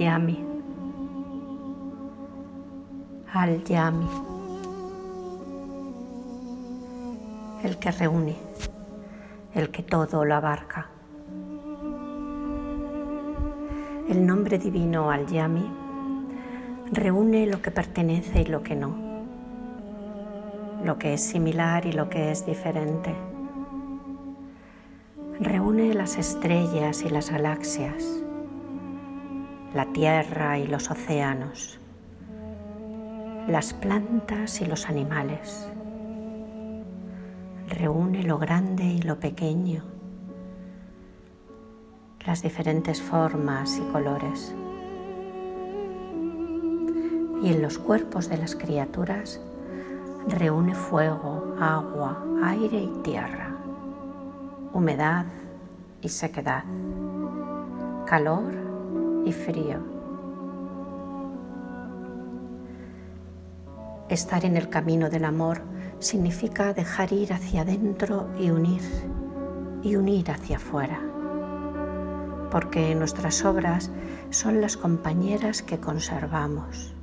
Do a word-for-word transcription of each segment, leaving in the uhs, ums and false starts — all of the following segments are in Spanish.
Al-Yami, Al-Yami, el que reúne, el que todo lo abarca. El nombre divino Al-Yami reúne lo que pertenece y lo que no, lo que es similar y lo que es diferente. Reúne las estrellas y las galaxias, la tierra y los océanos, las plantas y los animales. Reúne lo grande y lo pequeño, las diferentes formas y colores. Y en los cuerpos de las criaturas reúne fuego, agua, aire y tierra, humedad y sequedad, calor y frío. Estar en el camino del amor significa dejar ir hacia adentro y unir, y unir hacia afuera, porque nuestras obras son las compañeras que conservamos.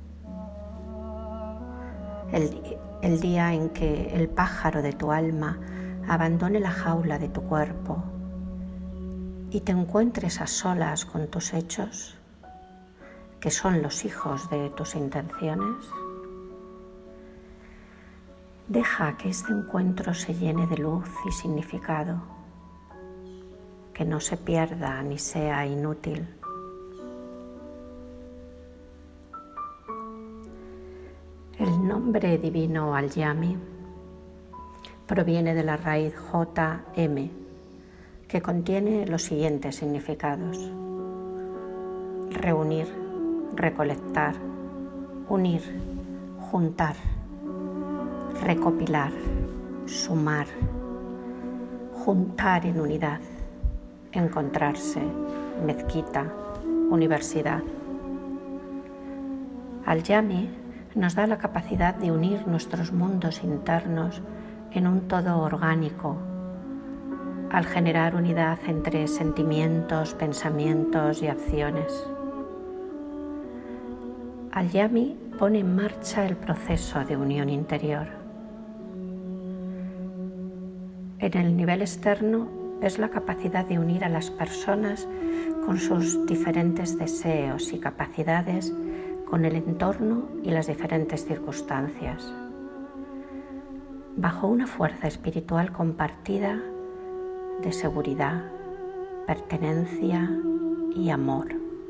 El, el día en que el pájaro de tu alma abandone la jaula de tu cuerpo y te encuentres a solas con tus hechos, que son los hijos de tus intenciones, deja que este encuentro se llene de luz y significado, que no se pierda ni sea inútil. El nombre divino Al-Yami proviene de la raíz J M, que contiene los siguientes significados: reunir, recolectar, unir, juntar, recopilar, sumar, juntar en unidad, encontrarse, mezquita, universidad. Al-Yami nos da la capacidad de unir nuestros mundos internos en un todo orgánico, al generar unidad entre sentimientos, pensamientos y acciones. Al-Yami pone en marcha el proceso de unión interior. En el nivel externo es la capacidad de unir a las personas con sus diferentes deseos y capacidades, con el entorno y las diferentes circunstancias, bajo una fuerza espiritual compartida de seguridad, pertenencia y amor,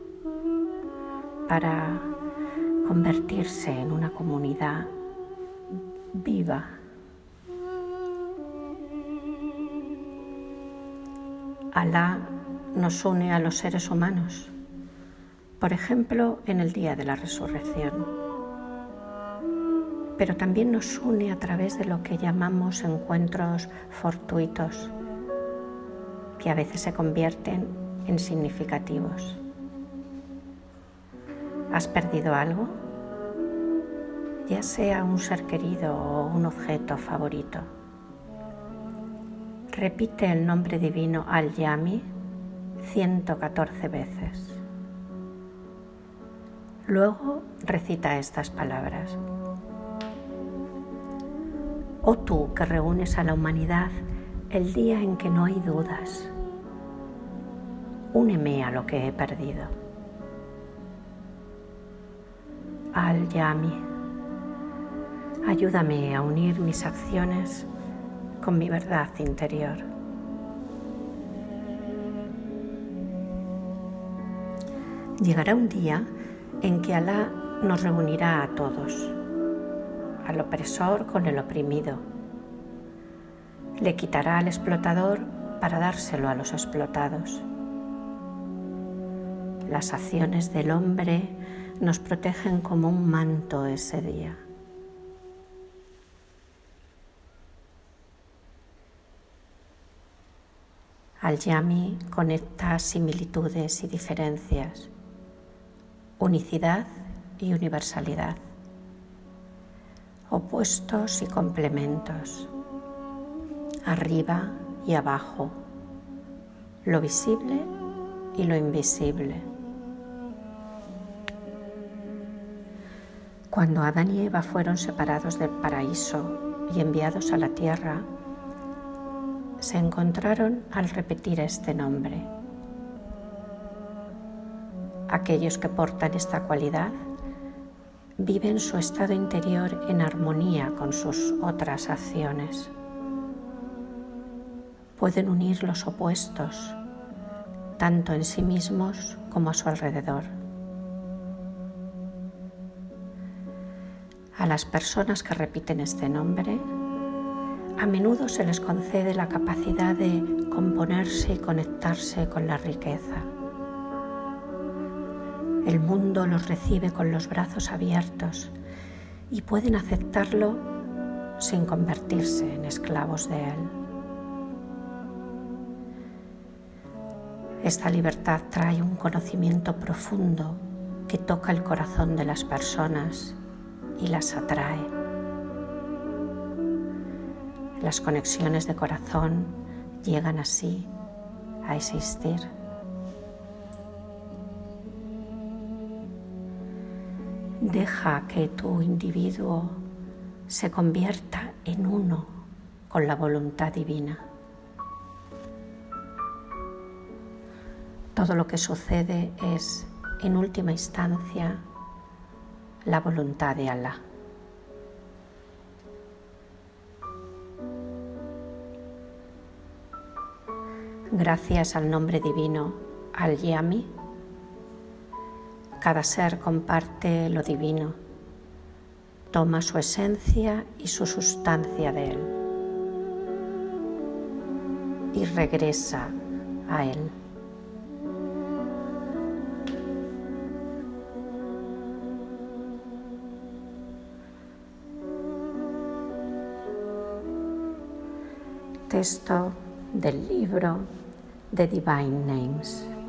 para convertirse en una comunidad viva. Alá nos une a los seres humanos, por ejemplo, en el día de la resurrección, pero también nos une a través de lo que llamamos encuentros fortuitos, que a veces se convierten en significativos. ¿Has perdido algo? Ya sea un ser querido o un objeto favorito. Repite el nombre divino Al-Yami ciento catorce veces. Luego recita estas palabras: oh tú que reúnes a la humanidad el día en que no hay dudas, úneme a lo que he perdido. Al-Yami, ayúdame a unir mis acciones con mi verdad interior. Llegará un día en que Alá nos reunirá a todos, al opresor con el oprimido. Le quitará al explotador para dárselo a los explotados. Las acciones del hombre nos protegen como un manto ese día. Al-Yami conecta similitudes y diferencias, unicidad y universalidad, opuestos y complementos, arriba y abajo, lo visible y lo invisible, Cuando Adán y Eva fueron separados del paraíso y enviados a la tierra, se encontraron al repetir este nombre. Aquellos que portan esta cualidad viven su estado interior en armonía con sus otras acciones. Pueden unir los opuestos, tanto en sí mismos como a su alrededor. A las personas que repiten este nombre, a menudo se les concede la capacidad de componerse y conectarse con la riqueza. El mundo los recibe con los brazos abiertos y pueden aceptarlo sin convertirse en esclavos de él. Esta libertad trae un conocimiento profundo que toca el corazón de las personas y las atrae. Las conexiones de corazón llegan así a existir. Deja que tu individuo se convierta en uno con la voluntad divina. Todo lo que sucede es, en última instancia, la voluntad de Alá. Gracias al nombre divino Al-Yami, cada ser comparte lo divino, toma su esencia y su sustancia de él y regresa a él. Texto del libro The Divine Names.